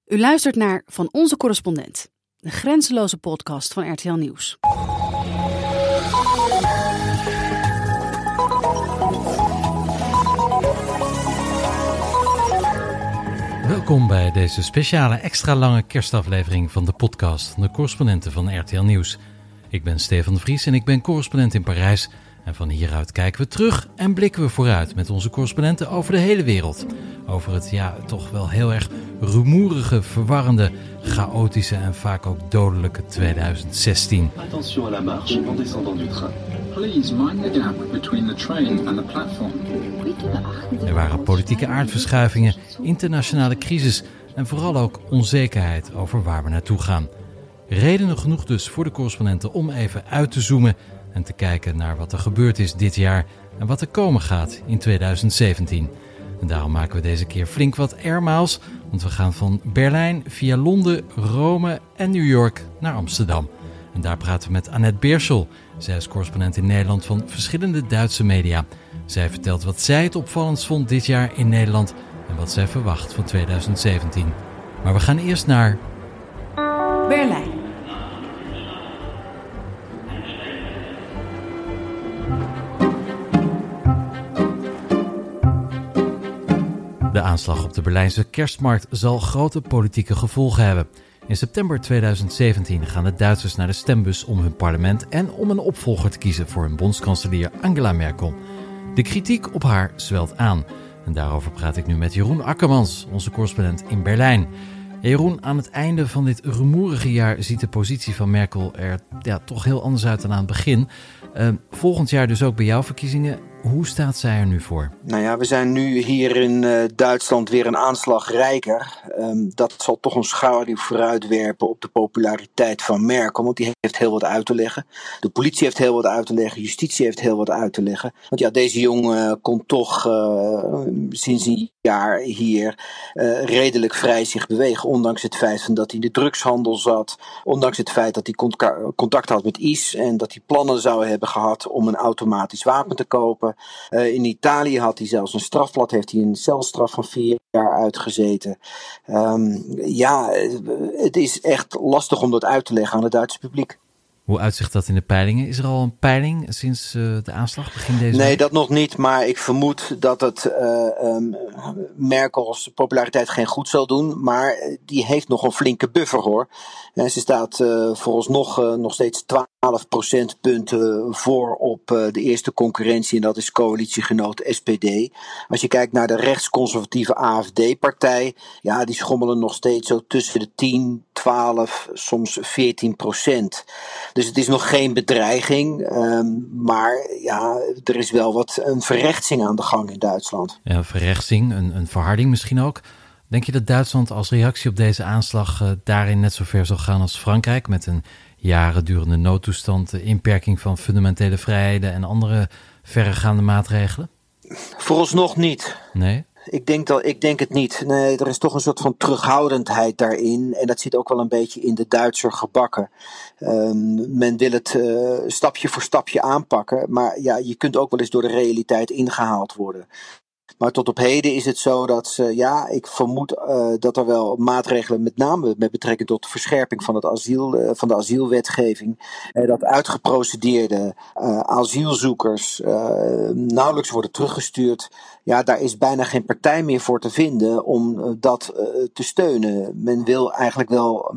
U luistert naar Van Onze Correspondent, de grenzeloze podcast van RTL Nieuws. Welkom bij deze speciale extra lange kerstaflevering van de podcast van de correspondenten van RTL Nieuws. Ik ben Stefan de Vries en ik ben correspondent in Parijs. En van hieruit kijken we terug en blikken we vooruit met onze correspondenten over de hele wereld. Over het toch wel heel erg rumoerige, verwarrende, chaotische en vaak ook dodelijke 2016. Attention à la marche en descendant du train. Please mind the gap between the train and the platform. Er waren politieke aardverschuivingen, internationale crisis en vooral ook onzekerheid over waar we naartoe gaan. Redenen genoeg dus voor de correspondenten om even uit te zoomen en te kijken naar wat er gebeurd is dit jaar en wat er komen gaat in 2017. En daarom maken we deze keer flink wat airmiles, want we gaan van Berlijn via Londen, Rome en New York naar Amsterdam. En daar praten we met Annette Beerschel. Zij is correspondent in Nederland van verschillende Duitse media. Zij vertelt wat zij het opvallendst vond dit jaar in Nederland en wat zij verwacht van 2017. Maar we gaan eerst naar Berlijn. De aanslag op de Berlijnse kerstmarkt zal grote politieke gevolgen hebben. In september 2017 gaan de Duitsers naar de stembus om hun parlement en om een opvolger te kiezen voor hun bondskanselier Angela Merkel. De kritiek op haar zwelt aan. En daarover praat ik nu met Jeroen Akkermans, onze correspondent in Berlijn. Jeroen, aan het einde van dit rumoerige jaar ziet de positie van Merkel er toch heel anders uit dan aan het begin. Volgend jaar dus ook bij jouw verkiezingen. Hoe staat zij er nu voor? Nou ja, we zijn nu hier in Duitsland weer een aanslag rijker. Dat zal toch een schaduw vooruitwerpen op de populariteit van Merkel. Want die heeft heel wat uit te leggen. De politie heeft heel wat uit te leggen. Justitie heeft heel wat uit te leggen. Want ja, deze jongen kon toch sinds een jaar hier redelijk vrij zich bewegen. Ondanks het feit dat hij in de drugshandel zat. Ondanks het feit dat hij contact had met IS. En dat hij plannen zou hebben gehad om een automatisch wapen te kopen. In Italië had hij zelfs een strafblad, heeft hij een celstraf van 4 jaar uitgezeten. Het is echt lastig om dat uit te leggen aan het Duitse publiek. Hoe uitzicht dat in de peilingen? Is er al een peiling sinds de aanslag begin deze week? Nee, dat nog niet, maar ik vermoed dat het Merkels populariteit geen goed zal doen. Maar die heeft nog een flinke buffer, hoor. En ze staat vooralsnog nog steeds 12 procentpunten voor op de eerste concurrentie. En dat is coalitiegenoot SPD. Als je kijkt naar de rechtsconservatieve AfD-partij. Ja, die schommelen nog steeds zo tussen de 10, 12, soms 14%. Dus het is nog geen bedreiging, maar ja, er is wel een verrechtsing aan de gang in Duitsland. Ja, verrechtsing, een verharding misschien ook. Denk je dat Duitsland als reactie op deze aanslag daarin net zo ver zal gaan als Frankrijk? Met een jaren durende noodtoestand, de inperking van fundamentele vrijheden en andere verregaande maatregelen? Vooralsnog niet. Nee? Ik denk het niet. Nee, er is toch een soort van terughoudendheid daarin. En dat zit ook wel een beetje in de Duitser gebakken. Men wil het stapje voor stapje aanpakken. Maar ja, je kunt ook wel eens door de realiteit ingehaald worden. Maar tot op heden is het zo dat ik vermoed dat er wel maatregelen, met name met betrekking tot de verscherping van van de asielwetgeving, dat uitgeprocedeerde asielzoekers nauwelijks worden teruggestuurd. Ja, daar is bijna geen partij meer voor te vinden om dat te steunen. Men wil eigenlijk wel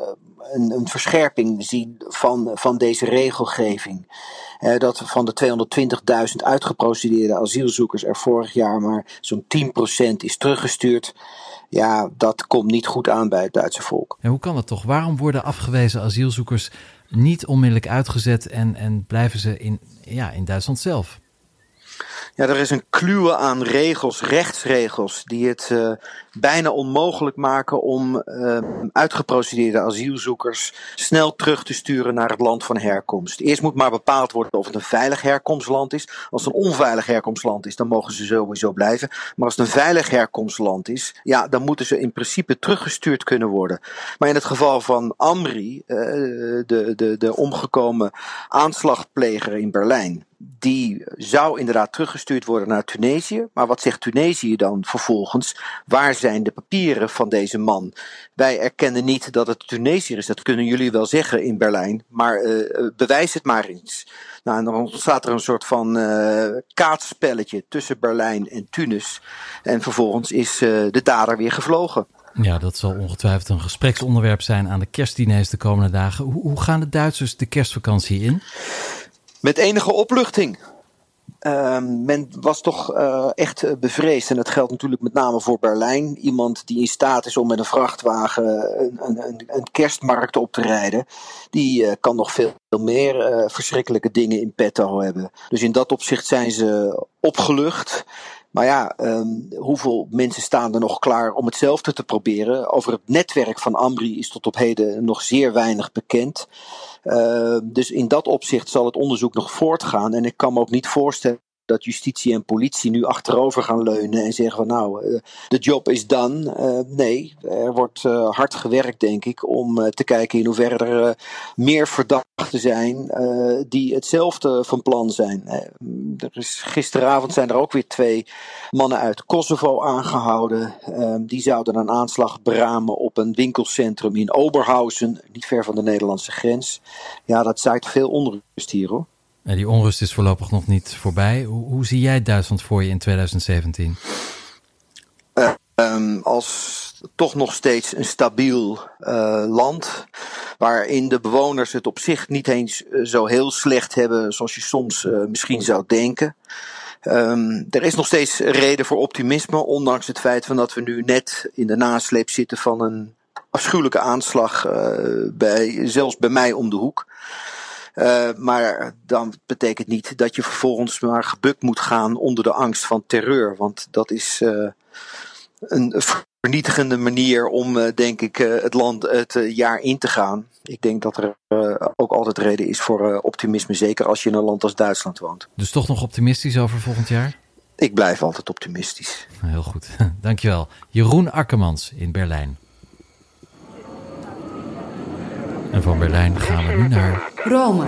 een verscherping zien van deze regelgeving. Dat van de 220.000 uitgeprocedeerde asielzoekers er vorig jaar maar zo'n 10% is teruggestuurd. Ja, dat komt niet goed aan bij het Duitse volk. En hoe kan dat toch? Waarom worden afgewezen asielzoekers niet onmiddellijk uitgezet en blijven ze in Duitsland zelf? Ja, er is een kluwe aan regels, rechtsregels, die het bijna onmogelijk maken om uitgeprocedeerde asielzoekers snel terug te sturen naar het land van herkomst. Eerst moet maar bepaald worden of het een veilig herkomstland is. Als het een onveilig herkomstland is, dan mogen ze sowieso blijven. Maar als het een veilig herkomstland is, ja, dan moeten ze in principe teruggestuurd kunnen worden. Maar in het geval van Amri, de omgekomen aanslagpleger in Berlijn, die zou inderdaad teruggestuurd gestuurd worden naar Tunesië. Maar wat zegt Tunesië dan vervolgens? Waar zijn de papieren van deze man? Wij erkennen niet dat het Tunesiër is. Dat kunnen jullie wel zeggen in Berlijn. Maar bewijs het maar eens. Nou, en dan ontstaat er een soort van kaartspelletje tussen Berlijn en Tunis. En vervolgens is de dader weer gevlogen. Ja, dat zal ongetwijfeld een gespreksonderwerp zijn aan de kerstdiners de komende dagen. Hoe gaan de Duitsers de kerstvakantie in? Met enige opluchting. Men was toch echt bevreesd. En dat geldt natuurlijk met name voor Berlijn. Iemand die in staat is om met een vrachtwagen een kerstmarkt op te rijden. Die kan nog veel meer verschrikkelijke dingen in petto hebben. Dus in dat opzicht zijn ze opgelucht. Maar ja, hoeveel mensen staan er nog klaar om hetzelfde te proberen? Over het netwerk van Amri is tot op heden nog zeer weinig bekend. Dus in dat opzicht zal het onderzoek nog voortgaan. En ik kan me ook niet voorstellen dat justitie en politie nu achterover gaan leunen en zeggen van nou, de job is done. Nee, er wordt hard gewerkt, denk ik, om te kijken in hoeverre er meer verdachten zijn die hetzelfde van plan zijn. Gisteravond zijn er ook weer 2 mannen uit Kosovo aangehouden. Die zouden een aanslag beramen op een winkelcentrum in Oberhausen, niet ver van de Nederlandse grens. Ja, dat zaait veel onrust hier, hoor. En die onrust is voorlopig nog niet voorbij. Hoe zie jij Duitsland voor je in 2017? Als toch nog steeds een stabiel land, waarin de bewoners het op zich niet eens zo heel slecht hebben zoals je soms misschien zou denken. Er is nog steeds reden voor optimisme, ondanks het feit van dat we nu net in de nasleep zitten van een afschuwelijke aanslag zelfs bij mij om de hoek. Maar dan betekent niet dat je vervolgens maar gebukt moet gaan onder de angst van terreur. Want dat is een vernietigende manier om, denk ik, het land het jaar in te gaan. Ik denk dat er ook altijd reden is voor optimisme, zeker als je in een land als Duitsland woont. Dus toch nog optimistisch over volgend jaar? Ik blijf altijd optimistisch. Heel goed, dankjewel. Jeroen Akkermans in Berlijn. En van Berlijn gaan we nu naar Rome.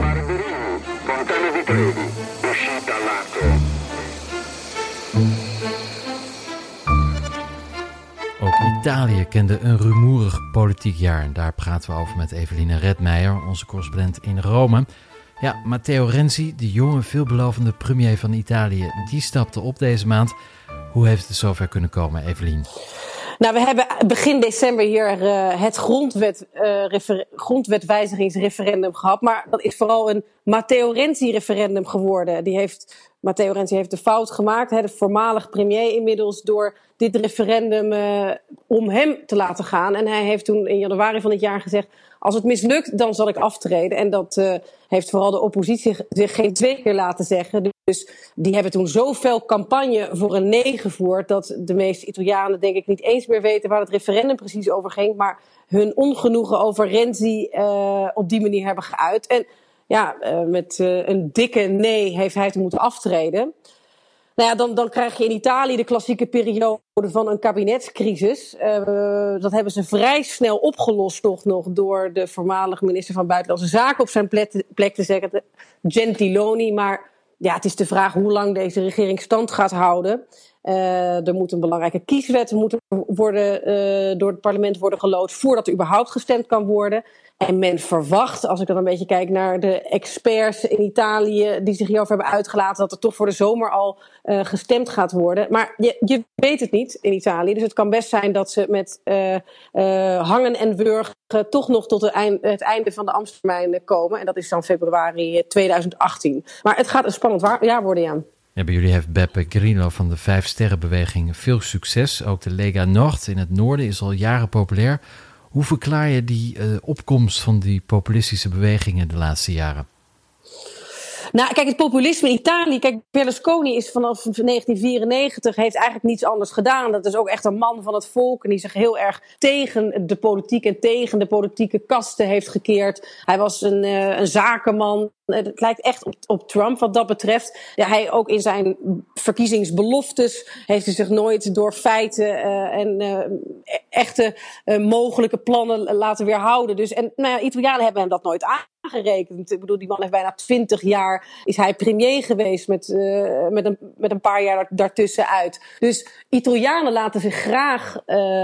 Ook Italië kende een rumoerig politiek jaar. En daar praten we over met Eveline Redmeijer, onze correspondent in Rome. Ja, Matteo Renzi, de jonge, veelbelovende premier van Italië, die stapte op deze maand. Hoe heeft het zover kunnen komen, Eveline? Nou, we hebben begin december hier het grondwetwijzigingsreferendum gehad. Maar dat is vooral een Matteo Renzi-referendum geworden. Matteo Renzi heeft de fout gemaakt, de voormalig premier inmiddels, door dit referendum om hem te laten gaan. En hij heeft toen in januari van dit jaar gezegd, als het mislukt, dan zal ik aftreden. En dat heeft vooral de oppositie zich geen 2 keer laten zeggen. Dus die hebben toen zoveel campagne voor een nee gevoerd, dat de meeste Italianen denk ik niet eens meer weten waar het referendum precies over ging, maar hun ongenoegen over Renzi op die manier hebben geuit. En ja, met een dikke nee heeft hij toen moeten aftreden. Nou ja, dan krijg je in Italië de klassieke periode van een kabinetscrisis. Dat hebben ze vrij snel opgelost toch nog door de voormalige minister van Buitenlandse Zaken op zijn plek te zetten, Gentiloni. Maar ja, het is de vraag hoe lang deze regering stand gaat houden. Er moet een belangrijke kieswet door het parlement worden geloodst voordat er überhaupt gestemd kan worden. En men verwacht, als ik dan een beetje kijk naar de experts in Italië die zich hierover hebben uitgelaten, dat er toch voor de zomer al gestemd gaat worden. Maar je weet het niet in Italië. Dus het kan best zijn dat ze met hangen en wurgen toch nog tot het einde van de ambtstermijn komen. En dat is dan februari 2018. Maar het gaat een spannend jaar worden, Jan. Ja, bij jullie heeft Beppe Grillo van de 5-sterrenbeweging veel succes. Ook de Lega Nord in het noorden is al jaren populair. Hoe verklaar je die opkomst van die populistische bewegingen de laatste jaren? Nou, kijk, het populisme in Italië. Kijk, Berlusconi is vanaf 1994 heeft eigenlijk niets anders gedaan. Dat is ook echt een man van het volk en die zich heel erg tegen de politiek en tegen de politieke kasten heeft gekeerd. Hij was een zakenman. Het lijkt echt op Trump wat dat betreft. Ja, hij ook in zijn verkiezingsbeloftes heeft hij zich nooit door feiten en echte mogelijke plannen laten weerhouden. Dus, en nou ja, Italianen hebben hem dat nooit aangerekend. Ik bedoel, die man heeft bijna 20 jaar, is hij premier geweest met een paar jaar daartussenuit. Dus Italianen laten zich graag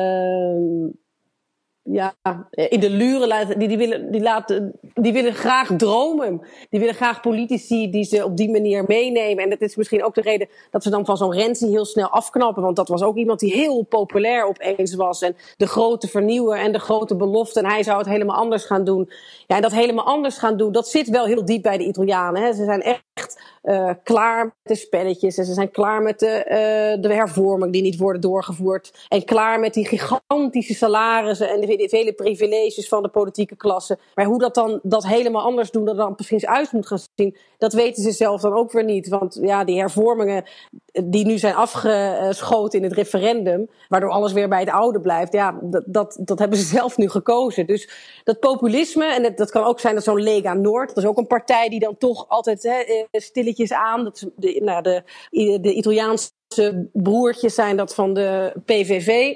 in de luren laten. Die willen graag dromen. Die willen graag politici die ze op die manier meenemen. En dat is misschien ook de reden dat ze dan van zo'n Renzi heel snel afknappen. Want dat was ook iemand die heel populair opeens was. En de grote vernieuwer en de grote belofte. En hij zou het helemaal anders gaan doen. Ja, en dat helemaal anders gaan doen, dat zit wel heel diep bij de Italianen. Hè. Ze zijn echt klaar met de spelletjes. En ze zijn klaar met de hervormingen die niet worden doorgevoerd. En klaar met die gigantische salarissen en de vele privileges van de politieke klasse. Maar hoe dat helemaal anders doen, dat dan precies uit moet gaan zien, dat weten ze zelf dan ook weer niet. Want ja, die hervormingen die nu zijn afgeschoten in het referendum, waardoor alles weer bij het oude blijft, ja, dat hebben ze zelf nu gekozen. Dus dat populisme, en dat kan ook zijn dat zo'n Lega Noord, dat is ook een partij die dan toch altijd stilletjes aan, dat is de Italiaanse broertjes zijn dat van de PVV.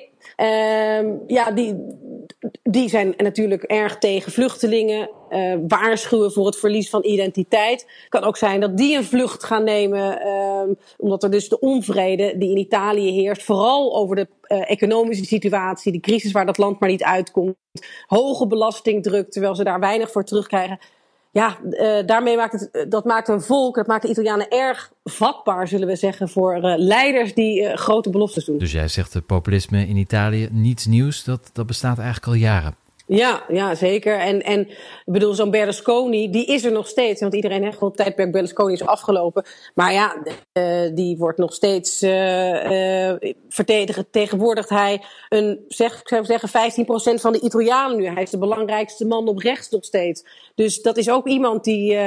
Die zijn natuurlijk erg tegen vluchtelingen, waarschuwen voor het verlies van identiteit. Het kan ook zijn dat die een vlucht gaan nemen, omdat er dus de onvrede die in Italië heerst, vooral over de economische situatie, de crisis waar dat land maar niet uitkomt, hoge belastingdruk, terwijl ze daar weinig voor terugkrijgen. Ja, daarmee maakt een volk, dat maakt de Italianen erg vatbaar, zullen we zeggen, voor leiders die grote beloftes doen. Dus jij zegt populisme in Italië, niets nieuws, dat bestaat eigenlijk al jaren. Ja, zeker. En ik bedoel, zo'n Berlusconi, die is er nog steeds. Want iedereen heeft wel het tijdperk Berlusconi is afgelopen. Maar ja, die wordt nog steeds vertegenwoordigt hij ik zou zeggen 15% van de Italianen nu. Hij is de belangrijkste man op rechts nog steeds. Dus dat is ook iemand die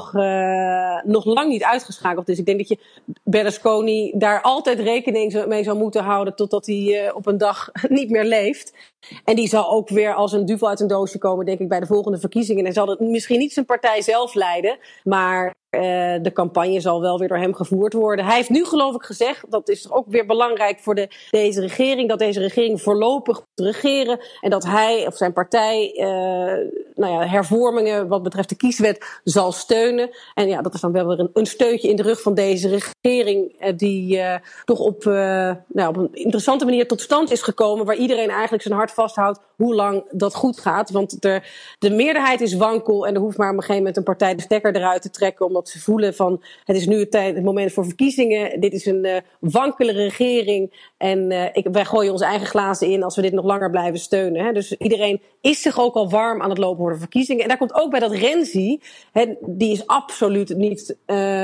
nog lang niet uitgeschakeld is. Ik denk dat je Berlusconi daar altijd rekening mee zou moeten houden totdat hij op een dag niet meer leeft. En die zal ook weer als een duvel uit een doosje komen, denk ik, bij de volgende verkiezingen. En zal het misschien niet zijn partij zelf leiden, maar de campagne zal wel weer door hem gevoerd worden. Hij heeft nu geloof ik gezegd, dat is ook weer belangrijk voor deze regering, dat deze regering voorlopig moet regeren en dat hij of zijn partij hervormingen wat betreft de kieswet zal steunen. En ja, dat is dan wel weer een steuntje in de rug van deze regering die toch op een interessante manier tot stand is gekomen, waar iedereen eigenlijk zijn hart vasthoudt hoe lang dat goed gaat. Want de meerderheid is wankel en er hoeft maar op een gegeven moment een partij de stekker eruit te trekken, omdat ze voelen van het is nu het moment voor verkiezingen. Dit is een wankele regering en wij gooien onze eigen glazen in als we dit nog langer blijven steunen. Hè. Dus iedereen is zich ook al warm aan het lopen voor de verkiezingen. En daar komt ook bij dat Renzi, die is absoluut niet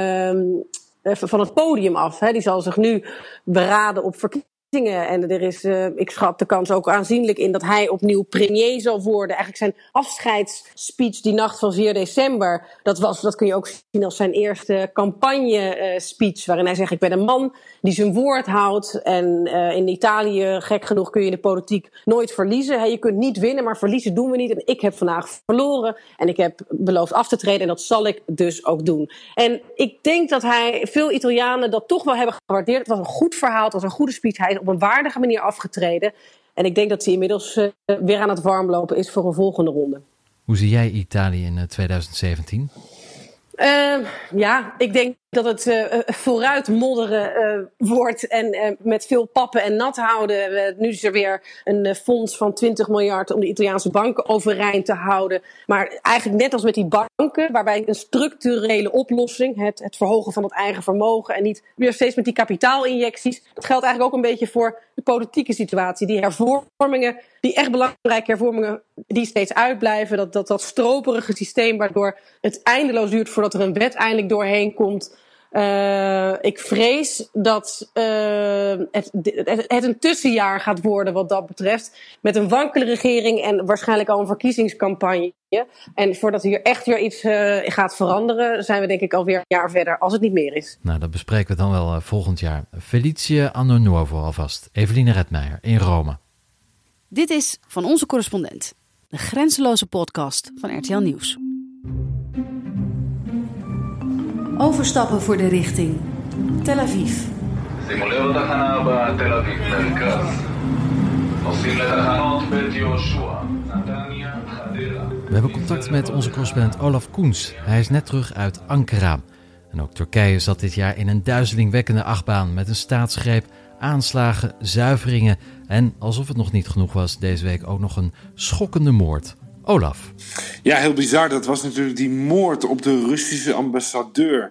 van het podium af. Hè. Die zal zich nu beraden op verkiezingen. En er is, ik schat de kans ook aanzienlijk in dat hij opnieuw premier zal worden. Eigenlijk zijn afscheidsspeech die nacht van 4 december... dat kun je ook zien als zijn eerste campagne-speech. Waarin hij zegt, ik ben een man die zijn woord houdt. En in Italië, gek genoeg, kun je in de politiek nooit verliezen. Je kunt niet winnen, maar verliezen doen we niet. En ik heb vandaag verloren. En ik heb beloofd af te treden. En dat zal ik dus ook doen. En ik denk dat veel Italianen dat toch wel hebben gewaardeerd. Het was een goed verhaal, het was een goede speech. Hij is op een waardige manier afgetreden. En ik denk dat hij inmiddels weer aan het warmlopen is voor een volgende ronde. Hoe zie jij Italië in 2017? Ik denk dat het vooruit modderen wordt en met veel pappen en nat houden. Nu is er weer een fonds van 20 miljard om de Italiaanse banken overeind te houden. Maar eigenlijk net als met die banken, waarbij een structurele oplossing, het verhogen van het eigen vermogen en niet weer steeds met die kapitaalinjecties. Dat geldt eigenlijk ook een beetje voor de politieke situatie. Die hervormingen, die echt belangrijke hervormingen, die steeds uitblijven. Dat stroperige systeem waardoor het eindeloos duurt voordat er een wet eindelijk doorheen komt. Ik vrees dat het een tussenjaar gaat worden wat dat betreft. Met een wankele regering en waarschijnlijk al een verkiezingscampagne. En voordat hier echt weer iets gaat veranderen, zijn we denk ik alweer een jaar verder, als het niet meer is. Nou, dat bespreken we dan wel volgend jaar. Felice Anno Nuovo alvast. Eveline Redmeijer in Rome. Dit is Van Onze Correspondent, de grenzeloze podcast van RTL Nieuws. Overstappen voor de richting Tel Aviv. We hebben contact met onze correspondent Olaf Koens. Hij is net terug uit Ankara. En ook Turkije zat dit jaar in een duizelingwekkende achtbaan met een staatsgreep, aanslagen, zuiveringen en, alsof het nog niet genoeg was, deze week ook nog een schokkende moord. Olaf. Ja, heel bizar. Dat was natuurlijk die moord op de Russische ambassadeur.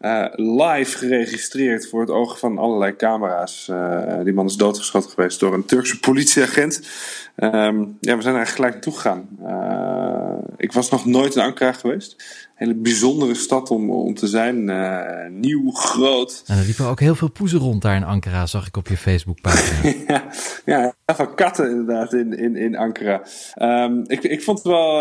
Live geregistreerd voor het oog van allerlei camera's. Die man is doodgeschoten geweest door een Turkse politieagent. We zijn er eigenlijk gelijk naartoe gegaan. Ik was nog nooit in Ankara geweest. Een hele bijzondere stad om te zijn. Nieuw, groot. En er liepen ook heel veel poezen rond daar in Ankara, zag ik op je Facebookpagina. ja, van katten inderdaad in Ankara. Ik vond het wel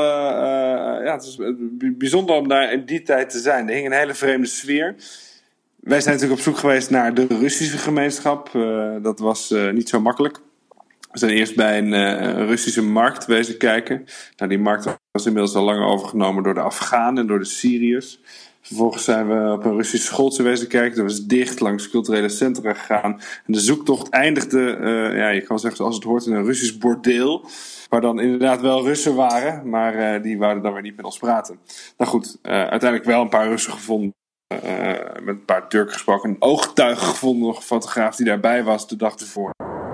het is bijzonder om daar in die tijd te zijn. Er hing een hele vreemde sfeer. Wij zijn natuurlijk op zoek geweest naar de Russische gemeenschap. Dat was niet zo makkelijk. We zijn eerst bij een Russische markt wezen kijken. Nou, die markt was inmiddels al lang overgenomen door de Afghanen en door de Syriërs. Vervolgens zijn we op een Russisch schooltje wezen kijken. Dat was dicht, langs culturele centra gegaan. En de zoektocht eindigde, je kan zeggen zoals het hoort, in een Russisch bordeel. Waar dan inderdaad wel Russen waren, maar die wouden dan weer niet met ons praten. Nou goed, uiteindelijk wel een paar Russen gevonden. Met een paar Turken gesproken. Een ooggetuige gevonden, nog een fotograaf die daarbij was de dag ervoor.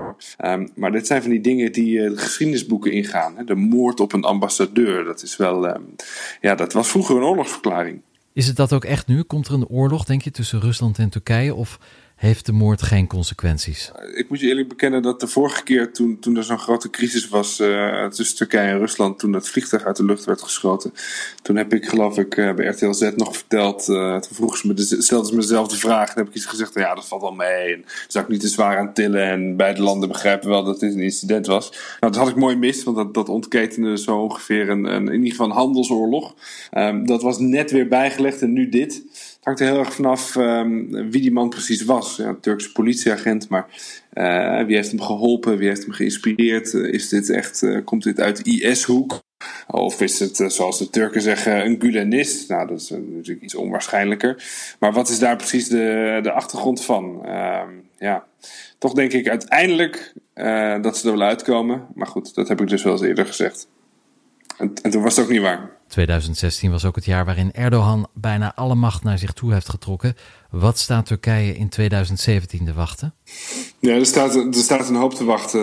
Maar dit zijn van die dingen die de geschiedenisboeken ingaan. Hè? De moord op een ambassadeur, dat is wel, dat was vroeger een oorlogsverklaring. Is het dat ook echt nu? Komt er een oorlog, denk je, tussen Rusland en Turkije? Of heeft de moord geen consequenties? Ik moet je eerlijk bekennen dat de vorige keer toen er zo'n grote crisis was tussen Turkije en Rusland, toen dat vliegtuig uit de lucht werd geschoten, toen heb ik, geloof ik, bij RTL Z nog verteld, toen stelden ze mezelf de vraag en heb ik iets gezegd, dat valt wel mee en daar zou ik niet te zwaar aan tillen en beide landen begrijpen wel dat dit een incident was. Nou, dat had ik mooi mis, want dat ontketende zo ongeveer in ieder geval een handelsoorlog. Dat was net weer bijgelegd en nu dit. Het hangt er heel erg vanaf wie die man precies was. Ja, een Turkse politieagent, maar wie heeft hem geholpen? Wie heeft hem geïnspireerd? Is dit echt, komt dit uit IS-hoek? Of is het, zoals de Turken zeggen, een Gülenist? Nou, dat is natuurlijk iets onwaarschijnlijker. Maar wat is daar precies de achtergrond van? Toch denk ik uiteindelijk dat ze er wel uitkomen. Maar goed, dat heb ik dus wel eens eerder gezegd. En toen was het ook niet waar. 2016 was ook het jaar waarin Erdogan bijna alle macht naar zich toe heeft getrokken. Wat staat Turkije in 2017 te wachten? Ja, er staat een hoop te wachten.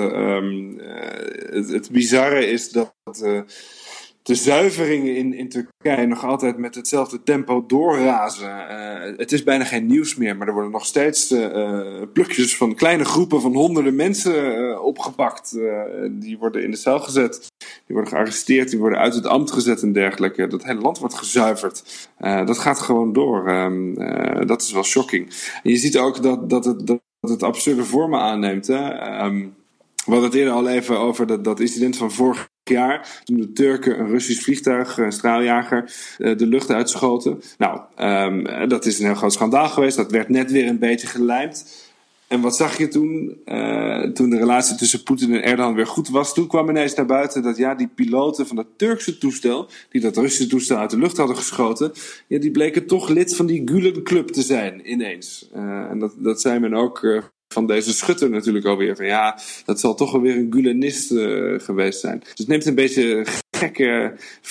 Het bizarre is dat de zuiveringen in Turkije nog altijd met hetzelfde tempo doorrazen. Het is bijna geen nieuws meer, maar er worden nog steeds plukjes van kleine groepen van honderden mensen opgepakt. Die worden in de cel gezet, die worden gearresteerd, die worden uit het ambt gezet en dergelijke. Dat hele land wordt gezuiverd. Dat gaat gewoon door. Dat is wel shocking. En je ziet ook dat het absurde vormen aanneemt. Hè? We hadden het eerder al even over dat incident van vorig jaar, toen de Turken een Russisch vliegtuig, een straaljager, de lucht uitschoten. Nou, dat is een heel groot schandaal geweest. Dat werd net weer een beetje gelijmd. En wat zag je toen? Toen de relatie tussen Poetin en Erdogan weer goed was, toen kwam ineens naar buiten dat die piloten van het Turkse toestel, die dat Russische toestel uit de lucht hadden geschoten, die bleken toch lid van die Gülen Club te zijn, ineens. En dat zei men ook van deze schutter natuurlijk alweer. Van dat zal toch alweer een Gülenist geweest zijn. Dus het neemt een beetje gekke,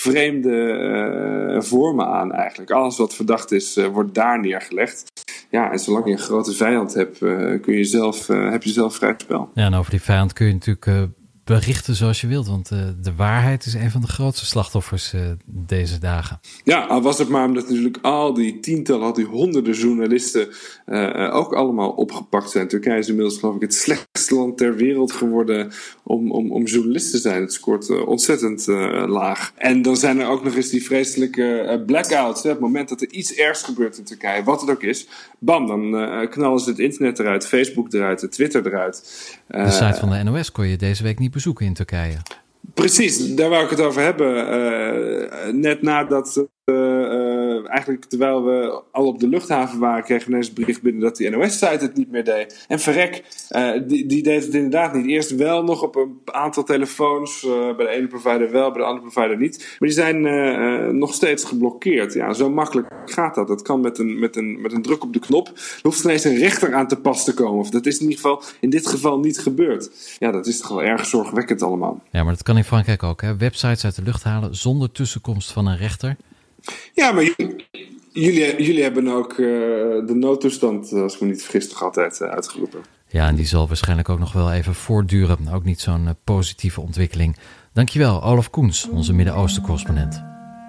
vreemde vormen aan eigenlijk. Alles wat verdacht is, wordt daar neergelegd. Ja, en zolang je een grote vijand hebt, heb je zelf vrij spel. Ja, en over die vijand kun je natuurlijk berichten zoals je wilt. Want de waarheid is een van de grootste slachtoffers deze dagen. Ja, al was het maar omdat natuurlijk al die honderden journalisten ook allemaal opgepakt zijn. Turkije is inmiddels, geloof ik, het slechtste land ter wereld geworden om journalist te zijn. Het scoort ontzettend laag. En dan zijn er ook nog eens die vreselijke blackouts. Hè? Op het moment dat er iets ergs gebeurt in Turkije, wat het ook is, bam, dan knallen ze het internet eruit, Facebook eruit, Twitter eruit. De site van de NOS kon je deze week niet bezoeken in Turkije. Precies, daar wou ik het over hebben. Net nadat eigenlijk terwijl we al op de luchthaven waren, kregen we ineens een bericht binnen dat die NOS-site het niet meer deed. En verrek, die deed het inderdaad niet. Eerst wel nog op een aantal telefoons, bij de ene provider wel, bij de andere provider niet. Maar die zijn nog steeds geblokkeerd. Ja, zo makkelijk gaat dat. Dat kan met een druk op de knop. Er hoeft ineens een rechter aan te pas te komen. Of dat is in dit geval niet gebeurd. Ja, dat is toch wel erg zorgwekkend allemaal. Ja, maar dat kan in Frankrijk ook, hè? Websites uit de lucht halen zonder tussenkomst van een rechter. Ja, maar jullie hebben ook de noodtoestand, als ik me niet vergis, toch altijd uitgeroepen. Ja, en die zal waarschijnlijk ook nog wel even voortduren. Ook niet zo'n positieve ontwikkeling. Dankjewel, Olaf Koens, onze Midden-Oosten-correspondent.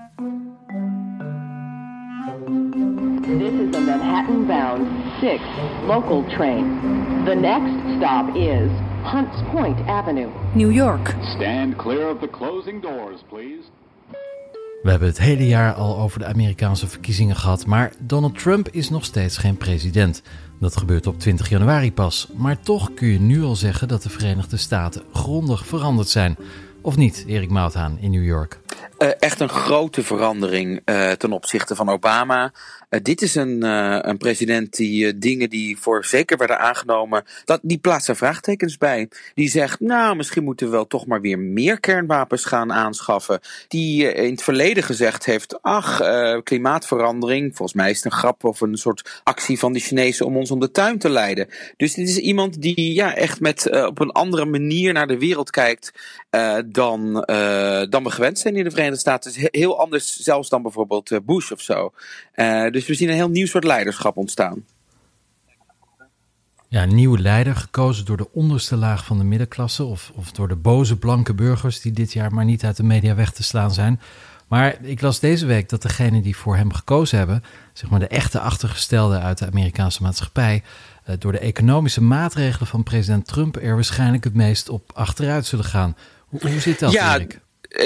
This is a Manhattan-bound 6 local train. The next stop is Hunts Point Avenue. New York. Stand clear of the closing doors, please. We hebben het hele jaar al over de Amerikaanse verkiezingen gehad, maar Donald Trump is nog steeds geen president. Dat gebeurt op 20 januari pas. Maar toch kun je nu al zeggen dat de Verenigde Staten grondig veranderd zijn. Of niet, Erik Mouthaan in New York? Echt een grote verandering ten opzichte van Obama. Dit is een president die dingen die voor zeker werden aangenomen, die plaatst er vraagtekens bij. Die zegt, nou, misschien moeten we wel toch maar weer meer kernwapens gaan aanschaffen. Die in het verleden gezegd heeft, klimaatverandering, volgens mij is het een grap of een soort actie van de Chinezen om ons om de tuin te leiden. Dus dit is iemand die echt op een andere manier naar de wereld kijkt dan we gewend zijn in de Verenigde Staten. Het is heel anders zelfs dan bijvoorbeeld Bush of zo. Dus we zien een heel nieuw soort leiderschap ontstaan. Ja, een nieuwe leider, gekozen door de onderste laag van de middenklasse of door de boze blanke burgers die dit jaar maar niet uit de media weg te slaan zijn. Maar ik las deze week dat degenen die voor hem gekozen hebben, zeg maar de echte achtergestelden uit de Amerikaanse maatschappij, door de economische maatregelen van president Trump er waarschijnlijk het meest op achteruit zullen gaan. Hoe zit dat, Erik?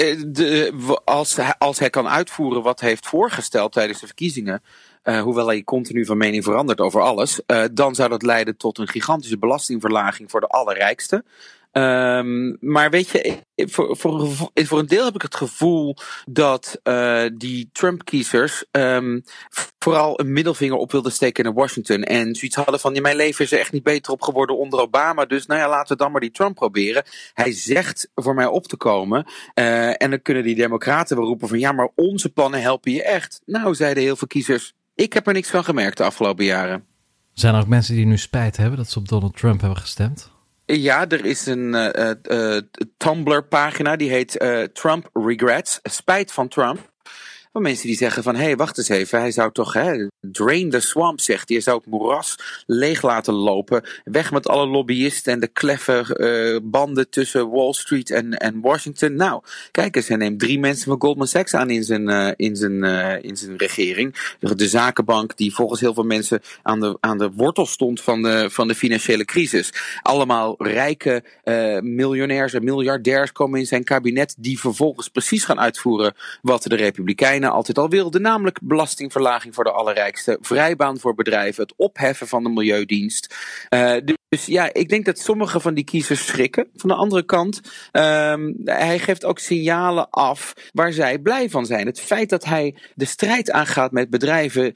Als hij kan uitvoeren wat hij heeft voorgesteld tijdens de verkiezingen, hoewel hij continu van mening verandert over alles, dan zou dat leiden tot een gigantische belastingverlaging voor de allerrijksten. Maar weet je, voor een deel heb ik het gevoel dat die Trump-kiezers vooral een middelvinger op wilden steken naar Washington. En zoiets hadden van, mijn leven is er echt niet beter op geworden onder Obama. Dus laten we dan maar die Trump proberen. Hij zegt voor mij op te komen. En dan kunnen die democraten wel roepen van, ja, maar onze plannen helpen je echt. Nou, zeiden heel veel kiezers, ik heb er niks van gemerkt de afgelopen jaren. Zijn er ook mensen die nu spijt hebben dat ze op Donald Trump hebben gestemd? Ja, er is een Tumblr-pagina die heet Trump Regrets, spijt van Trump. Van mensen die zeggen van, wacht eens even, hij zou toch, drain the swamp, zegt hij. Hij zou het moeras leeg laten lopen. Weg met alle lobbyisten en de kleffe banden tussen Wall Street en Washington. Nou, kijk eens, hij neemt 3 mensen van Goldman Sachs aan in zijn regering. De zakenbank die volgens heel veel mensen aan de wortel stond van de financiële crisis. Allemaal rijke miljonairs en miljardairs komen in zijn kabinet die vervolgens precies gaan uitvoeren wat de Republikeinen altijd al wilde, namelijk belastingverlaging voor de allerrijkste, vrijbaan voor bedrijven, het opheffen van de Milieudienst. Dus ja, ik denk dat sommige van die kiezers schrikken. Van de andere kant, hij geeft ook signalen af waar zij blij van zijn. Het feit dat hij de strijd aangaat met bedrijven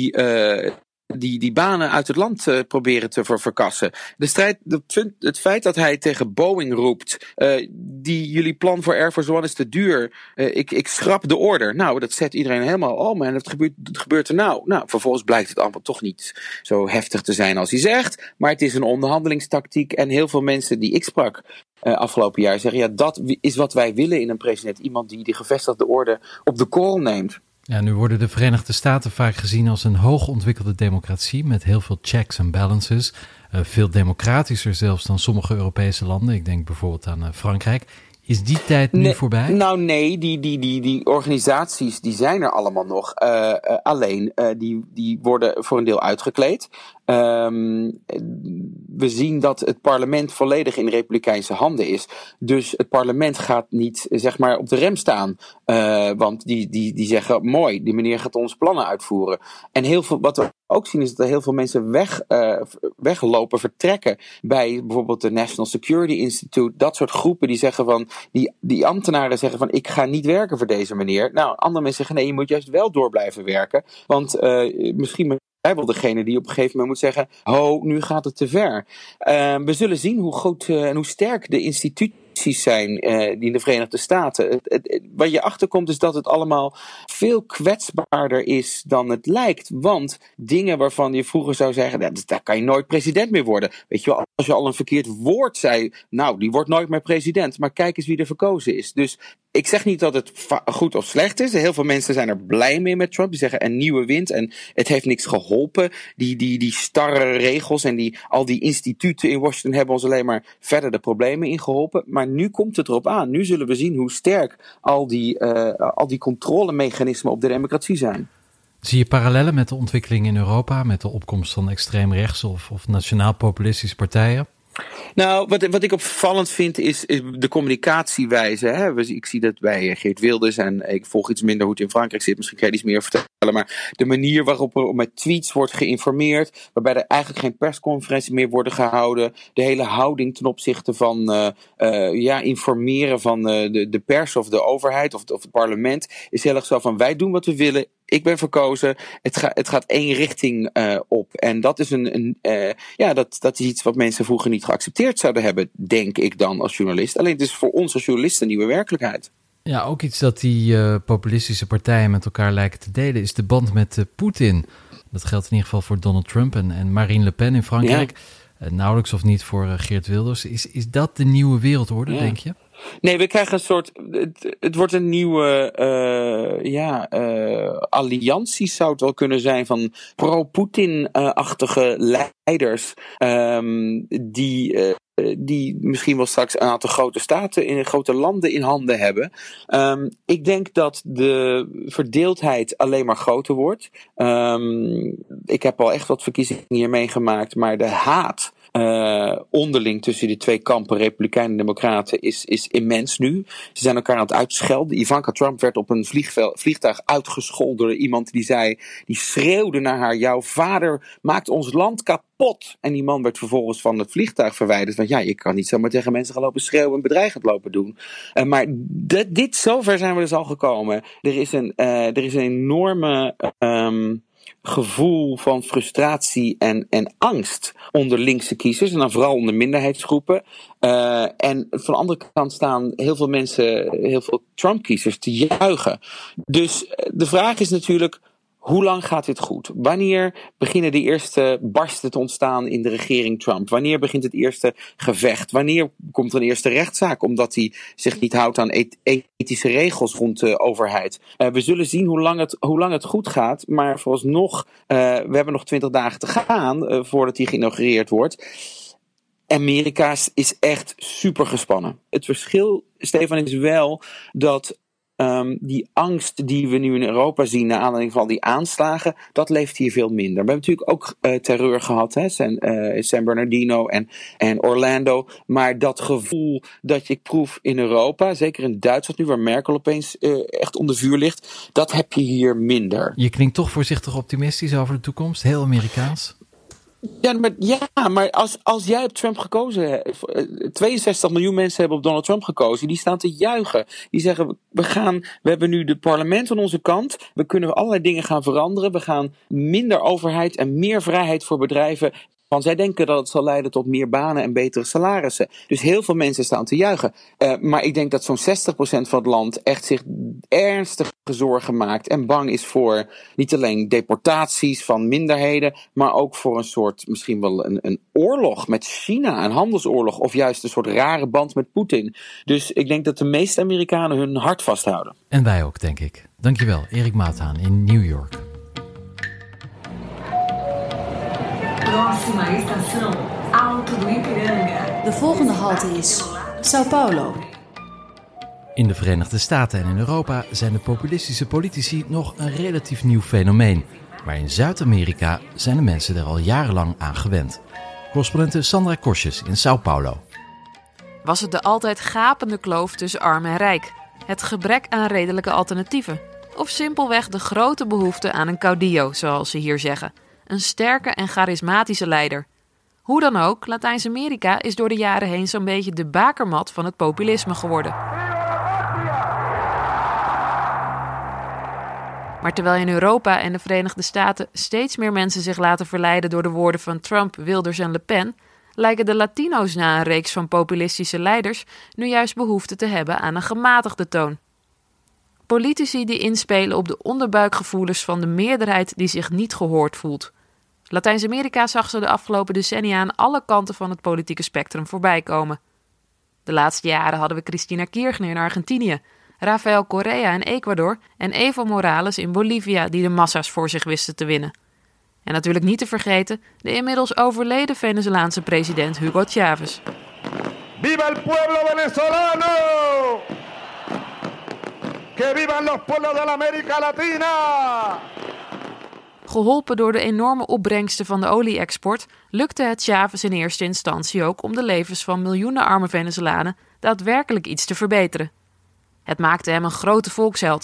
die banen uit het land proberen te verkassen. Het feit dat hij tegen Boeing roept, jullie plan voor Air Force One is te duur. Ik schrap de order. Nou, dat zet iedereen helemaal, oh man, wat gebeurt er nou? Nou, vervolgens blijkt het allemaal toch niet zo heftig te zijn als hij zegt. Maar het is een onderhandelingstactiek en heel veel mensen die ik sprak afgelopen jaar zeggen, ja, dat is wat wij willen in een president. Iemand die de gevestigde orde op de korrel neemt. Ja, nu worden de Verenigde Staten vaak gezien als een hoogontwikkelde democratie met heel veel checks en balances. Veel democratischer zelfs dan sommige Europese landen. Ik denk bijvoorbeeld aan Frankrijk. Is die tijd nu voorbij? Nou nee, die organisaties die zijn er allemaal nog. Alleen die worden voor een deel uitgekleed. We zien dat het parlement volledig in republikeinse handen is. Dus het parlement gaat niet, zeg maar, op de rem staan. Want die zeggen, mooi, die meneer gaat onze plannen uitvoeren. En heel veel wat er ook zien is dat er heel veel mensen weglopen, vertrekken bij bijvoorbeeld de National Security Institute. Dat soort groepen die zeggen van, die ambtenaren zeggen van, ik ga niet werken voor deze meneer. Nou, andere mensen zeggen, nee, je moet juist wel door blijven werken. Want misschien ben jij wel degene die op een gegeven moment moet zeggen, nu gaat het te ver. We zullen zien hoe goed en hoe sterk de instituties zijn die in de Verenigde Staten. Wat je achterkomt is dat het allemaal veel kwetsbaarder is dan het lijkt. Want dingen waarvan je vroeger zou zeggen, daar kan je nooit president meer worden. Weet je wel, als je al een verkeerd woord zei, nou, die wordt nooit meer president. Maar kijk eens wie er verkozen is. Dus ik zeg niet dat het goed of slecht is. Heel veel mensen zijn er blij mee met Trump. Die zeggen een nieuwe wind en het heeft niks geholpen. Die starre regels en al die instituten in Washington hebben ons alleen maar verder de problemen ingeholpen. Maar nu komt het erop aan. Nu zullen we zien hoe sterk al die controlemechanismen op de democratie zijn. Zie je parallellen met de ontwikkeling in Europa, met de opkomst van extreemrechtse of nationaal-populistische partijen? Nou, wat ik opvallend vind is de communicatiewijze. Hè? Ik zie dat bij Geert Wilders en ik volg iets minder hoe het in Frankrijk zit. Misschien kan je iets meer vertellen. Maar de manier waarop er met tweets wordt geïnformeerd, waarbij er eigenlijk geen persconferenties meer worden gehouden. De hele houding ten opzichte van informeren van de pers of de overheid of het parlement is heel erg zo van, wij doen wat we willen. Ik ben verkozen. Het gaat één richting op. En dat is dat is iets wat mensen vroeger niet geaccepteerd zouden hebben, denk ik dan als journalist. Alleen het is voor ons als journalist een nieuwe werkelijkheid. Ja, ook iets dat die populistische partijen met elkaar lijken te delen is de band met Poetin. Dat geldt in ieder geval voor Donald Trump en Marine Le Pen in Frankrijk. Ja. Nauwelijks of niet voor Geert Wilders. Is dat de nieuwe wereldorde, denk je? Nee, we krijgen een soort. Het wordt een nieuwe alliantie, zou het wel kunnen zijn, van pro-Poetin-achtige leiders. Die misschien wel straks een aantal grote staten, grote landen in handen hebben. Ik denk dat de verdeeldheid alleen maar groter wordt. Ik heb al echt wat verkiezingen hier meegemaakt, maar de haat onderling tussen die twee kampen, Republikeinen en Democraten, is immens nu. Ze zijn elkaar aan het uitschelden. Ivanka Trump werd op een vliegtuig uitgescholden door iemand die schreeuwde naar haar, jouw vader maakt ons land kapot. En die man werd vervolgens van het vliegtuig verwijderd. Want je kan niet zomaar tegen mensen gaan lopen schreeuwen en bedreigend lopen doen. Maar zover zijn we dus al gekomen. Er is een enorme gevoel van frustratie en angst onder linkse kiezers en dan vooral onder minderheidsgroepen. En van de andere kant staan heel veel mensen, heel veel Trump-kiezers te juichen. Dus de vraag is natuurlijk, hoe lang gaat dit goed? Wanneer beginnen de eerste barsten te ontstaan in de regering Trump? Wanneer begint het eerste gevecht? Wanneer komt er een eerste rechtszaak omdat hij zich niet houdt aan ethische regels rond de overheid? We zullen zien hoe lang het goed gaat, maar vooralsnog, we hebben nog 20 dagen te gaan voordat hij geïnaugureerd wordt. Amerika is echt super gespannen. Het verschil, Stefan, is wel dat die angst die we nu in Europa zien naar aanleiding van die aanslagen, dat leeft hier veel minder. We hebben natuurlijk ook terreur gehad, San Bernardino en Orlando. Maar dat gevoel dat ik proef in Europa, zeker in Duitsland nu, waar Merkel opeens echt onder vuur ligt, dat heb je hier minder. Je klinkt toch voorzichtig optimistisch over de toekomst, heel Amerikaans. Maar als jij op Trump gekozen hebt, 62 miljoen mensen hebben op Donald Trump gekozen, die staan te juichen. Die zeggen, we hebben nu het parlement aan onze kant, we kunnen allerlei dingen gaan veranderen, we gaan minder overheid en meer vrijheid voor bedrijven. Want zij denken dat het zal leiden tot meer banen en betere salarissen. Dus heel veel mensen staan te juichen. Maar ik denk dat zo'n 60% van het land echt zich ernstige zorgen maakt en bang is voor niet alleen deportaties van minderheden, maar ook voor een soort, misschien wel een oorlog met China, een handelsoorlog, of juist een soort rare band met Poetin. Dus ik denk dat de meeste Amerikanen hun hart vasthouden. En wij ook, denk ik. Dankjewel, Erik Maathaan in New York. De volgende halte is Sao Paulo. In de Verenigde Staten en in Europa zijn de populistische politici nog een relatief nieuw fenomeen. Maar in Zuid-Amerika zijn de mensen er al jarenlang aan gewend. Correspondente Sandra Korsjes in Sao Paulo. Was het de altijd gapende kloof tussen arm en rijk? Het gebrek aan redelijke alternatieven? Of simpelweg de grote behoefte aan een caudillo, zoals ze hier zeggen? een sterke en charismatische leider. Hoe dan ook, Latijns-Amerika is door de jaren heen zo'n beetje de bakermat van het populisme geworden. Maar terwijl in Europa en de Verenigde Staten steeds meer mensen zich laten verleiden door de woorden van Trump, Wilders en Le Pen, lijken de Latino's na een reeks van populistische leiders nu juist behoefte te hebben aan een gematigde toon. Politici die inspelen op de onderbuikgevoelens van de meerderheid die zich niet gehoord voelt. Latijns-Amerika zag ze de afgelopen decennia aan alle kanten van het politieke spectrum voorbij komen. De laatste jaren hadden we Cristina Kirchner in Argentinië, Rafael Correa in Ecuador en Evo Morales in Bolivia die de massa's voor zich wisten te winnen. En natuurlijk niet te vergeten de inmiddels overleden Venezolaanse president Hugo Chávez. Viva el pueblo venezolano! Que vivan los pueblos de la América Latina! Geholpen door de enorme opbrengsten van de olie-export lukte het Chávez in eerste instantie ook om de levens van miljoenen arme Venezolanen daadwerkelijk iets te verbeteren. Het maakte hem een grote volksheld.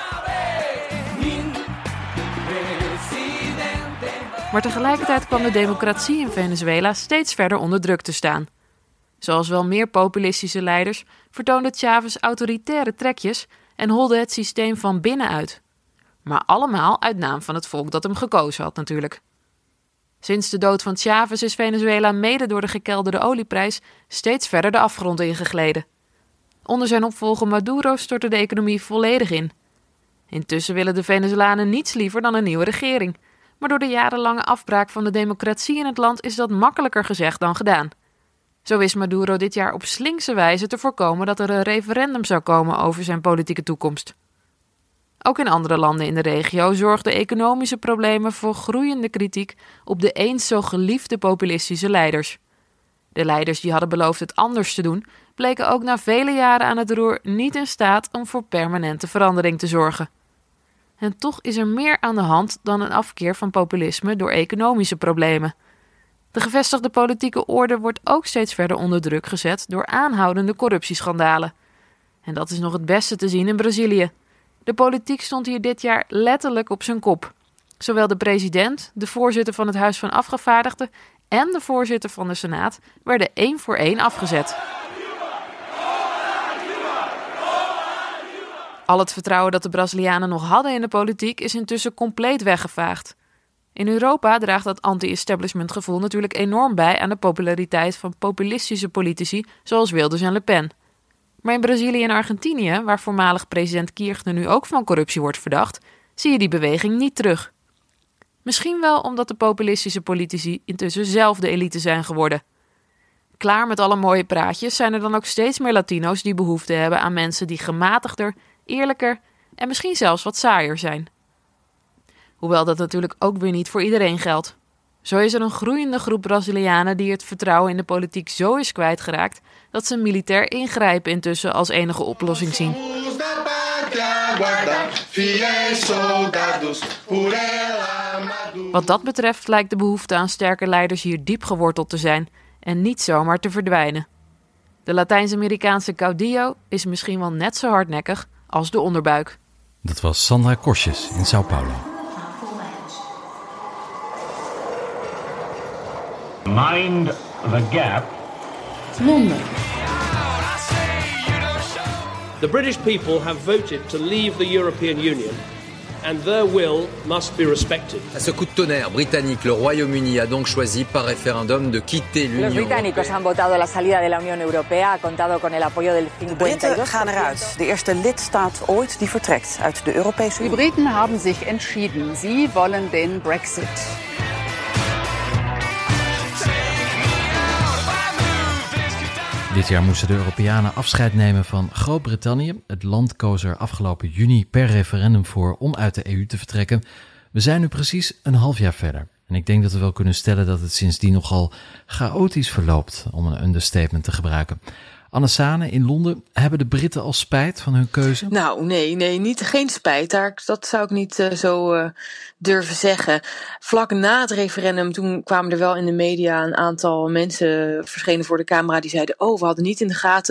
Maar tegelijkertijd kwam de democratie in Venezuela steeds verder onder druk te staan. Zoals wel meer populistische leiders vertoonde Chávez autoritaire trekjes en holde het systeem van binnenuit. Maar allemaal uit naam van het volk dat hem gekozen had natuurlijk. Sinds de dood van Chávez is Venezuela mede door de gekelderde olieprijs steeds verder de afgrond ingegleden. Onder zijn opvolger Maduro stortte de economie volledig in. Intussen willen de Venezolanen niets liever dan een nieuwe regering. Maar door de jarenlange afbraak van de democratie in het land is dat makkelijker gezegd dan gedaan. Zo wist Maduro dit jaar op slinkse wijze te voorkomen dat er een referendum zou komen over zijn politieke toekomst. Ook in andere landen in de regio zorgden economische problemen voor groeiende kritiek op de eens zo geliefde populistische leiders. De leiders die hadden beloofd het anders te doen, bleken ook na vele jaren aan het roer niet in staat om voor permanente verandering te zorgen. En toch is er meer aan de hand dan een afkeer van populisme door economische problemen. De gevestigde politieke orde wordt ook steeds verder onder druk gezet door aanhoudende corruptieschandalen. En dat is nog het beste te zien in Brazilië. De politiek stond hier dit jaar letterlijk op zijn kop. Zowel de president, de voorzitter van het Huis van Afgevaardigden en de voorzitter van de Senaat werden 1 voor 1 afgezet. Al het vertrouwen dat de Brazilianen nog hadden in de politiek is intussen compleet weggevaagd. In Europa draagt dat anti-establishment gevoel natuurlijk enorm bij aan de populariteit van populistische politici zoals Wilders en Le Pen. Maar in Brazilië en Argentinië, waar voormalig president Kirchner nu ook van corruptie wordt verdacht, zie je die beweging niet terug. Misschien wel omdat de populistische politici intussen zelf de elite zijn geworden. Klaar met alle mooie praatjes zijn er dan ook steeds meer Latino's die behoefte hebben aan mensen die gematigder, eerlijker en misschien zelfs wat saaier zijn. Hoewel dat natuurlijk ook weer niet voor iedereen geldt. Zo is er een groeiende groep Brazilianen die het vertrouwen in de politiek zo is kwijtgeraakt dat ze militair ingrijpen intussen als enige oplossing zien. Wat dat betreft lijkt de behoefte aan sterke leiders hier diep geworteld te zijn en niet zomaar te verdwijnen. De Latijns-Amerikaanse caudillo is misschien wel net zo hardnekkig als de onderbuik. Dat was Sandra Korsjes in Sao Paulo. Mind the gap. Londen. The British people have voted to leave the European Union and their will must be respected. À ce coup de tonnerre britannique, le Royaume-Uni a donc choisi par référendum de quitter l'Union. Los británicos han votado la salida de la Unión Europea, ha contado con el apoyo del 52%. De Britten gaan eruit. De eerste lidstaat ooit die vertrekt uit de Europese Unie. Die Briten haben sich entschieden. Sie wollen den Brexit. Dit jaar moesten de Europeanen afscheid nemen van Groot-Brittannië. Het land koos er afgelopen juni per referendum voor om uit de EU te vertrekken. We zijn nu precies een half jaar verder. En ik denk dat we wel kunnen stellen dat het sindsdien nogal chaotisch verloopt, om een understatement te gebruiken. Anne Sane, in Londen, hebben de Britten al spijt van hun keuze? Nou, nee, geen spijt. Dat zou ik niet zo durven zeggen. Vlak na het referendum, toen kwamen er wel in de media een aantal mensen verschenen voor de camera die zeiden: we hadden niet in de gaten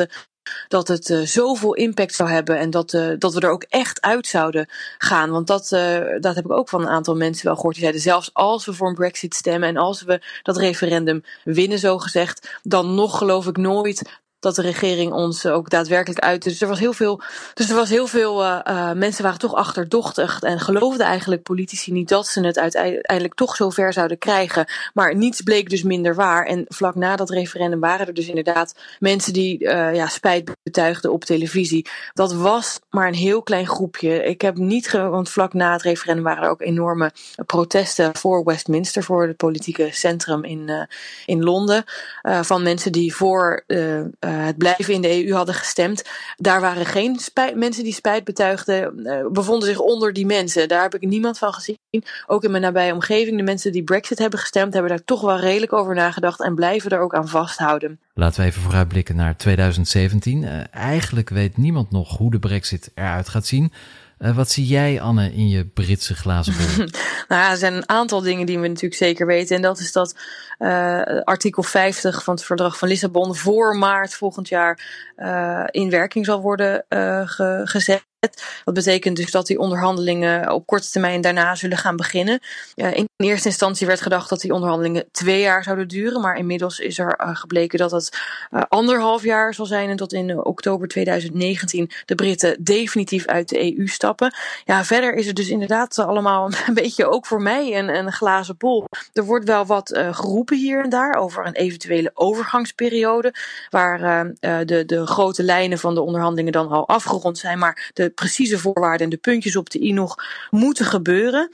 dat het zoveel impact zou hebben en dat we er ook echt uit zouden gaan. Want dat heb ik ook van een aantal mensen wel gehoord. Die zeiden, zelfs als we voor een Brexit stemmen en als we dat referendum winnen, zogezegd, dan nog geloof ik nooit dat de regering ons ook daadwerkelijk uit. Dus er was heel veel mensen waren toch achterdochtig en geloofden eigenlijk politici niet dat ze het uiteindelijk toch zo ver zouden krijgen. Maar niets bleek dus minder waar. En vlak na dat referendum waren er dus inderdaad mensen die spijt betuigden op televisie. Dat was maar een heel klein groepje. Ik heb niet want vlak na het referendum waren er ook enorme protesten voor Westminster, voor het politieke centrum in Londen, van mensen die voor het blijven in de EU hadden gestemd. Daar waren geen mensen die spijt betuigden, bevonden zich onder die mensen. Daar heb ik niemand van gezien. Ook in mijn nabije omgeving. De mensen die Brexit hebben gestemd, hebben daar toch wel redelijk over nagedacht en blijven er ook aan vasthouden. Laten we even vooruitblikken naar 2017. Eigenlijk weet niemand nog hoe de Brexit eruit gaat zien. Wat zie jij, Anne, in je Britse glazen bol? Er zijn een aantal dingen die we natuurlijk zeker weten. En dat is dat artikel 50 van het Verdrag van Lissabon voor maart volgend jaar in werking zal worden gezet. Dat betekent dus dat die onderhandelingen op korte termijn daarna zullen gaan beginnen. In eerste instantie werd gedacht dat die onderhandelingen 2 jaar zouden duren. Maar inmiddels is er gebleken dat het 1,5 jaar zal zijn. En tot in oktober 2019 de Britten definitief uit de EU stappen. Ja, verder is het dus inderdaad allemaal een beetje ook voor mij een glazen bol. Er wordt wel wat geroepen hier en daar over een eventuele overgangsperiode. Waar de grote lijnen van de onderhandelingen dan al afgerond zijn. Maar de precieze voorwaarden en de puntjes op de i nog moeten gebeuren.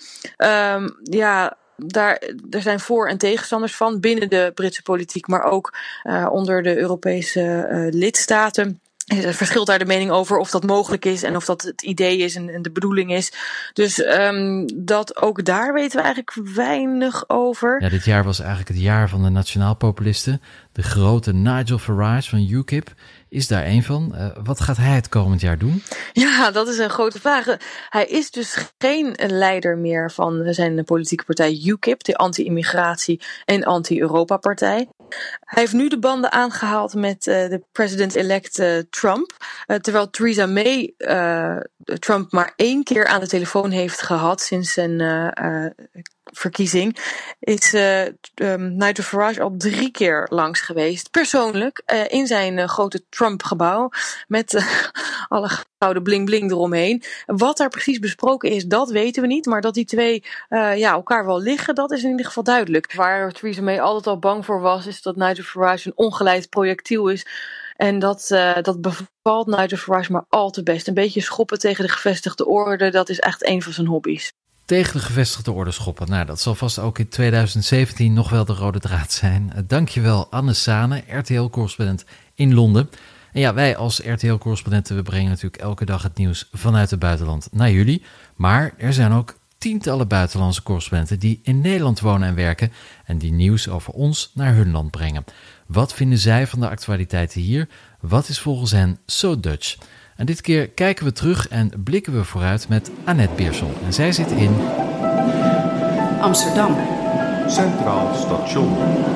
Er zijn voor- en tegenstanders van binnen de Britse politiek, maar ook onder de Europese lidstaten. Er verschilt daar de mening over of dat mogelijk is en of dat het idee is en de bedoeling is. Dus dat ook daar weten we eigenlijk weinig over. Ja, dit jaar was eigenlijk het jaar van de nationaal-populisten. De grote Nigel Farage van UKIP is daar één van. Wat gaat hij het komend jaar doen? Ja, dat is een grote vraag. Hij is dus geen leider meer van zijn politieke partij UKIP, de anti-immigratie en anti-Europa-partij. Hij heeft nu de banden aangehaald met de president-elect Trump. Terwijl Theresa May Trump maar 1 keer aan de telefoon heeft gehad sinds zijn verkiezing, is Nigel Farage al 3 keer langs geweest. Persoonlijk in zijn grote Trump-gebouw met alle gouden bling-bling eromheen. Wat daar precies besproken is, dat weten we niet. Maar dat die twee elkaar wel liggen, dat is in ieder geval duidelijk. Waar Theresa May altijd al bang voor was, is dat Nigel Farage een ongeleid projectiel is. En dat bevalt Nigel Farage maar al te best. Een beetje schoppen tegen de gevestigde orde, dat is echt een van zijn hobby's. Tegen de gevestigde orde schoppen. Nou, dat zal vast ook in 2017 nog wel de rode draad zijn. Dankjewel Anne Sane, RTL-correspondent in Londen. En ja, wij als RTL-correspondenten, we brengen natuurlijk elke dag het nieuws vanuit het buitenland naar jullie. Maar er zijn ook tientallen buitenlandse correspondenten die in Nederland wonen en werken en die nieuws over ons naar hun land brengen. Wat vinden zij van de actualiteiten hier? Wat is volgens hen so Dutch? En dit keer kijken we terug en blikken we vooruit met Annette Beersel. En zij zit in Amsterdam. Centraal Station.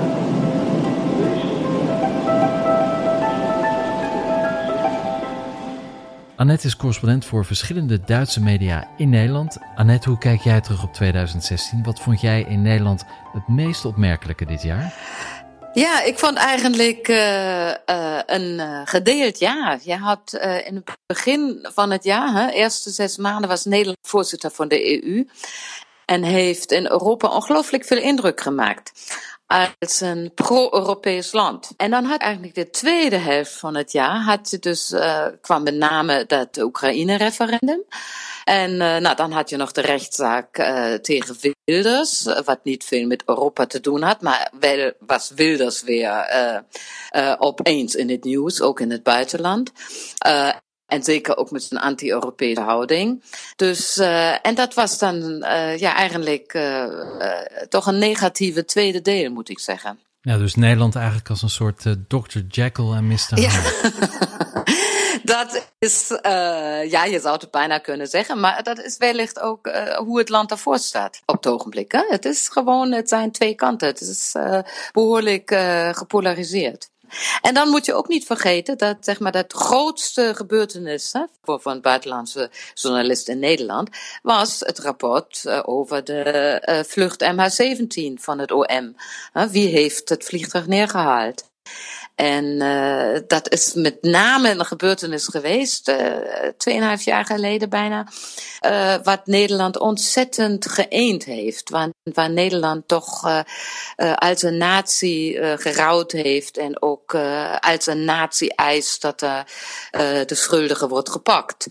Annette is correspondent voor verschillende Duitse media in Nederland. Annette, hoe kijk jij terug op 2016? Wat vond jij in Nederland het meest opmerkelijke dit jaar? Ja, ik vond eigenlijk een gedeeld jaar. Je had in het begin van het jaar, eerste 6 maanden, was Nederland voorzitter van de EU. En heeft in Europa ongelooflijk veel indruk gemaakt. Als een pro-Europees land. En dan had eigenlijk de tweede helft van het jaar kwam met name dat Oekraïne-referendum. En dan had je nog de rechtszaak tegen Wilders, wat niet veel met Europa te doen had, maar wel was Wilders weer opeens in het nieuws, ook in het buitenland. En zeker ook met zijn anti-Europese houding. Dus, en dat was dan eigenlijk toch een negatieve tweede deel, moet ik zeggen. Ja, dus Nederland eigenlijk als een soort Dr. Jekyll en Mr. Hyde. Ja. Dat is, je zou het bijna kunnen zeggen, maar dat is wellicht ook hoe het land ervoor staat op het ogenblik. Hè? Het zijn 2 kanten. Het is behoorlijk gepolariseerd. En dan moet je ook niet vergeten dat, zeg maar, dat grootste gebeurtenis voor een buitenlandse journalist in Nederland was het rapport over de vlucht MH17 van het OM. Wie heeft het vliegtuig neergehaald? En dat is met name een gebeurtenis geweest, 2,5 jaar geleden bijna, wat Nederland ontzettend geëend heeft. Waar Nederland toch als een natie gerouwd heeft en ook als een natie eist dat de schuldige wordt gepakt.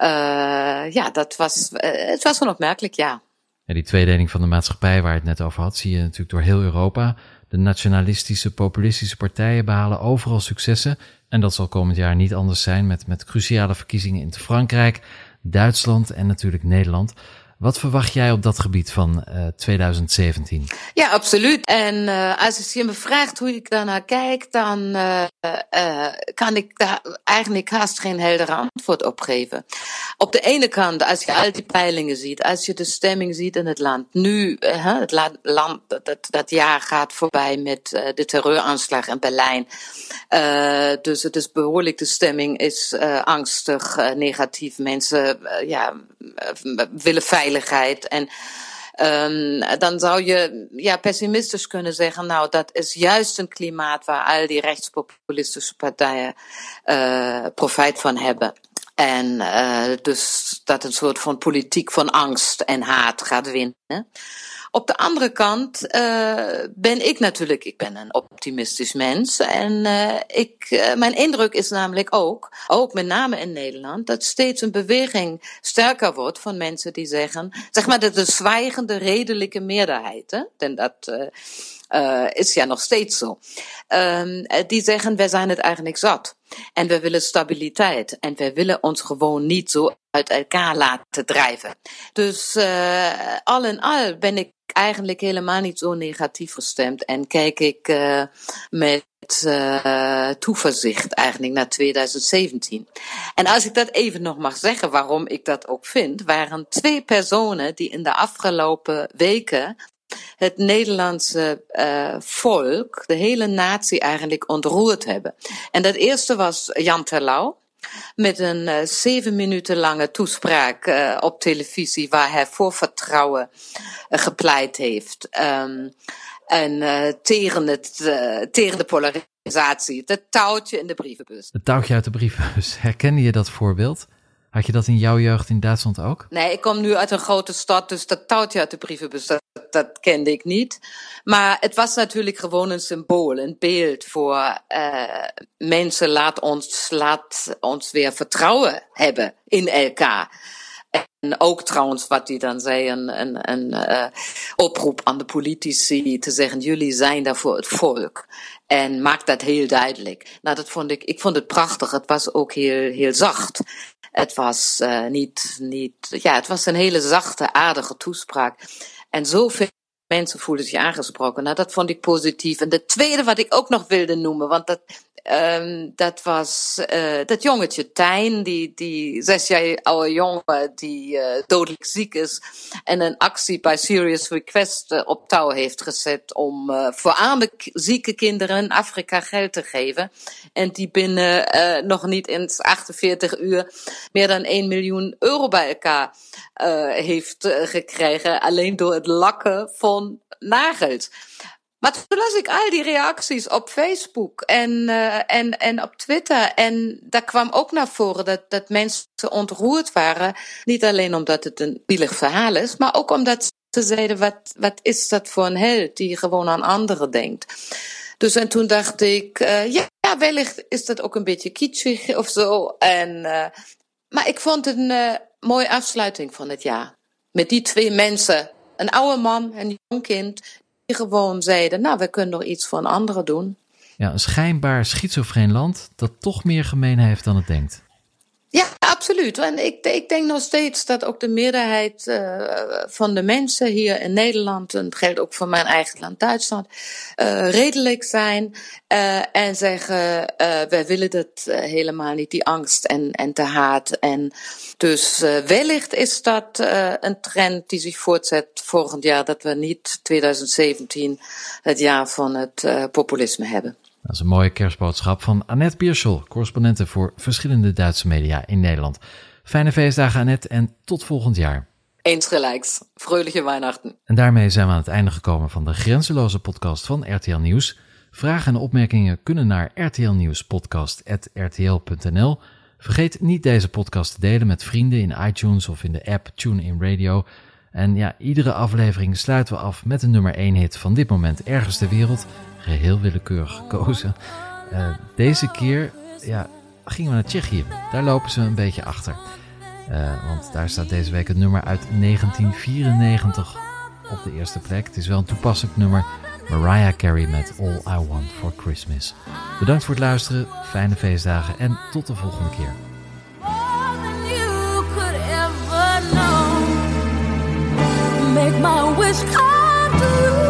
Het was wel opmerkelijk, ja. Ja, die tweedeling van de maatschappij waar je het net over had, zie je natuurlijk door heel Europa. De nationalistische, populistische partijen behalen overal successen. En dat zal komend jaar niet anders zijn met cruciale verkiezingen in Frankrijk, Duitsland en natuurlijk Nederland. Wat verwacht jij op dat gebied van 2017? Ja, absoluut. En als je me vraagt hoe ik daarnaar kijk, dan kan ik daar eigenlijk haast geen helder antwoord op geven. Op de ene kant, als je al die peilingen ziet, als je de stemming ziet in het land. Nu, het land, dat jaar gaat voorbij met de terreuraanslag in Berlijn. Dus het is behoorlijk, de stemming is angstig, negatief. Mensen willen veiligheid. En dan zou je pessimistisch kunnen zeggen, nou, dat is juist een klimaat waar al die rechtspopulistische partijen profijt van hebben. En dus dat een soort van politiek van angst en haat gaat winnen. Op de andere kant ben ik ben een optimistisch mens. En mijn indruk is namelijk ook met name in Nederland, dat steeds een beweging sterker wordt van mensen die zeggen, zeg maar, dat de zwijgende redelijke meerderheid, hè? En dat is ja nog steeds zo. Die zeggen, wij zijn het eigenlijk zat. En we willen stabiliteit. En wij willen ons gewoon niet zo uit elkaar laten drijven. Dus al in al ben ik eigenlijk helemaal niet zo negatief gestemd. En kijk ik met toeverzicht eigenlijk naar 2017. En als ik dat even nog mag zeggen, waarom ik dat ook vind, waren 2 personen die in de afgelopen weken het Nederlandse volk, de hele natie eigenlijk ontroerd hebben. En dat eerste was Jan Terlouw, met een 7 minuten lange toespraak op televisie, waar hij voor vertrouwen gepleit heeft. Tegen de polarisatie, het touwtje in de brievenbus. Het touwtje uit de brievenbus, herkende je dat voorbeeld? Had je dat in jouw jeugd in Duitsland ook? Nee, ik kom nu uit een grote stad, dus dat touwtje uit de brievenbus, dat kende ik niet. Maar het was natuurlijk gewoon een symbool, een beeld voor mensen, laat ons weer vertrouwen hebben in elkaar. En ook trouwens, wat hij dan zei, een oproep aan de politici te zeggen, jullie zijn daar voor het volk. En maak dat heel duidelijk. Nou, ik vond het prachtig. Het was ook heel zacht. Het was het was een hele zachte, aardige toespraak. En zoveel mensen voelden zich aangesproken. Nou, dat vond ik positief. En de tweede wat ik ook nog wilde noemen, want dat was dat jongetje Tijn, die 6 jaar oude jongen die dodelijk ziek is en een actie bij Serious Request op touw heeft gezet om voor arme zieke kinderen in Afrika geld te geven. En die binnen nog niet eens 48 uur meer dan 1 miljoen euro bij elkaar heeft gekregen, alleen door het lakken van nagels. Maar toen las ik al die reacties op Facebook en op Twitter. En daar kwam ook naar voren dat mensen ontroerd waren. Niet alleen omdat het een zielig verhaal is, maar ook omdat ze zeiden, wat is dat voor een held die gewoon aan anderen denkt. Dus en toen dacht ik, wellicht is dat ook een beetje kitschig of zo. Maar ik vond het een mooie afsluiting van het jaar. Met die 2 mensen, een oude man en een jong kind, die gewoon zeiden, nou, we kunnen nog iets voor een andere doen. Ja, een schijnbaar schizofreen land dat toch meer gemeen heeft dan het denkt. Ja, absoluut. En ik denk nog steeds dat ook de meerderheid van de mensen hier in Nederland, en dat geldt ook voor mijn eigen land Duitsland, redelijk zijn en zeggen, wij willen dat helemaal niet, die angst en de haat. En dus wellicht is dat een trend die zich voortzet volgend jaar, dat we niet 2017 het jaar van het populisme hebben. Dat is een mooie kerstboodschap van Annette Bierschel, correspondente voor verschillende Duitse media in Nederland. Fijne feestdagen, Annette, en tot volgend jaar. Eens gelijks. Fröhliche Weihnachten. En daarmee zijn we aan het einde gekomen van de Grenzeloze podcast van RTL Nieuws. Vragen en opmerkingen kunnen naar rtlnieuwspodcast@rtl.nl. Vergeet niet deze podcast te delen met vrienden in iTunes of in de app TuneIn Radio. En ja, iedere aflevering sluiten we af met een nummer 1 hit van dit moment ergens ter wereld. Geheel willekeurig gekozen. Deze keer gingen we naar Tsjechië. Daar lopen ze een beetje achter. Want daar staat deze week het nummer uit 1994 op de eerste plek. Het is wel een toepasselijk nummer. Mariah Carey met All I Want for Christmas. Bedankt voor het luisteren, fijne feestdagen en tot de volgende keer. Make my wish come true.